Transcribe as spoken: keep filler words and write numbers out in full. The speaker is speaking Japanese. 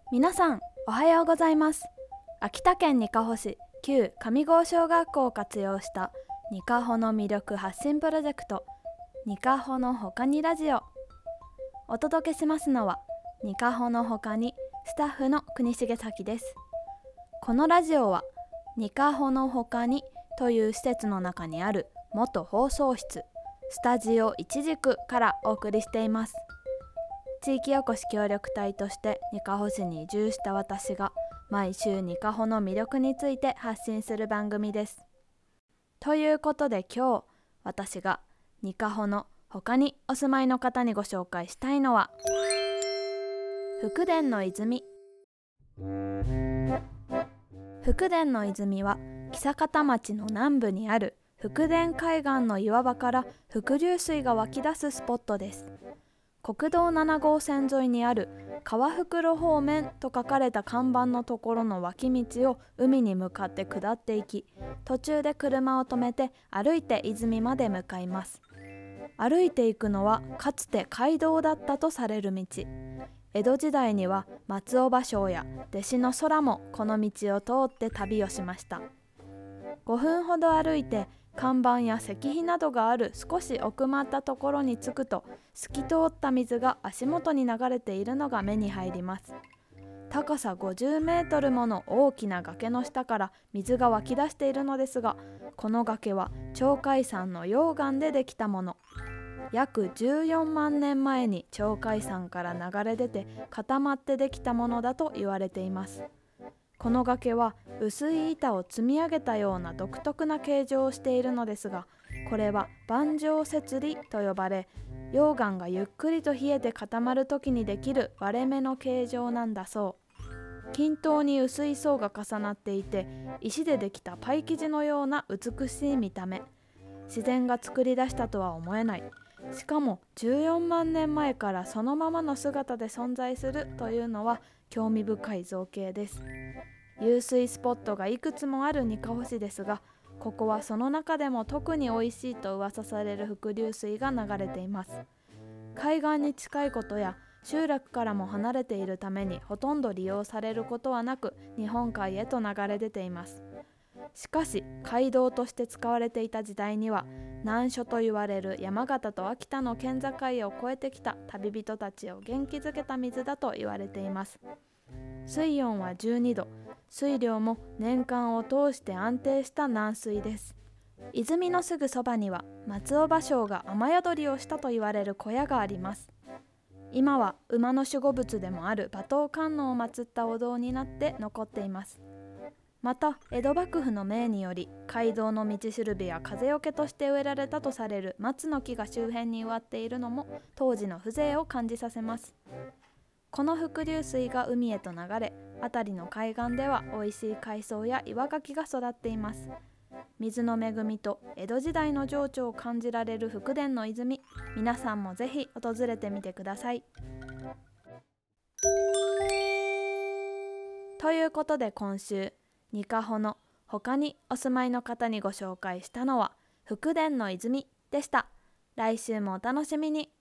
皆さんおはようございます。秋田県にかほ市旧上郷小学校を活用したにかほの魅力発信プロジェクト、にかほのほかにラジオ。お届けしますのはにかほのほかにスタッフの国重咲です。このラジオはにかほのほかにという施設の中にある元放送室スタジオいちじくからお送りしています。地域おこし協力隊としてにかほ市に移住した私が毎週にかほの魅力について発信する番組です。ということで今日私がにかほの他にお住まいの方にご紹介したいのは福田の泉。福田の泉は象潟町の南部にある福田海岸の岩場から伏流水が湧き出すスポットです。国道なな号線沿いにある川袋方面と書かれた看板のところの脇道を海に向かって下っていき、途中で車を止めて歩いて泉まで向かいます。歩いていくのはかつて街道だったとされる道。江戸時代には松尾芭蕉や弟子の空もこの道を通って旅をしました。ごふんほど歩いて看板や石碑などがある少し奥まったところに着くと、透き通った水が足元に流れているのが目に入ります。高さごじゅうメートルもの大きな崖の下から水が湧き出しているのですが、この崖は鳥海山の溶岩でできたもの。約じゅうよんまんねんまえに鳥海山から流れ出て固まってできたものだと言われています。この崖は薄い板を積み上げたような独特な形状をしているのですが、これは板状節理と呼ばれ、溶岩がゆっくりと冷えて固まる時にできる割れ目の形状なんだそう。均等に薄い層が重なっていて、石でできたパイ生地のような美しい見た目。自然が作り出したとは思えない。しかもじゅうよんまんねんまえからそのままの姿で存在するというのは興味深い造形です。湧水スポットがいくつもあるにかほ市ですが、ここはその中でも特においしいと噂される伏流水が流れています。海岸に近いことや集落からも離れているためにほとんど利用されることはなく、日本海へと流れ出ています。しかし街道として使われていた時代には、難所と言われる山形と秋田の県境を越えてきた旅人たちを元気づけた水だと言われています。水温はじゅうにど、水量も年間を通して安定した軟水です。泉のすぐそばには松尾芭蕉が雨宿りをしたと言われる小屋があります。今は馬の守護物でもある馬頭観音を祀ったお堂になって残っています。また江戸幕府の命により街道の道しるべや風よけとして植えられたとされる松の木が周辺に植わっているのも当時の風情を感じさせます。この伏流水が海へと流れ、辺りの海岸ではおいしい海藻や岩牡蠣が育っています。水の恵みと江戸時代の情緒を感じられる福田の泉、皆さんもぜひ訪れてみてください。ということで今週にかほの他にお住まいの方にご紹介したのは福田の泉でした。来週もお楽しみに。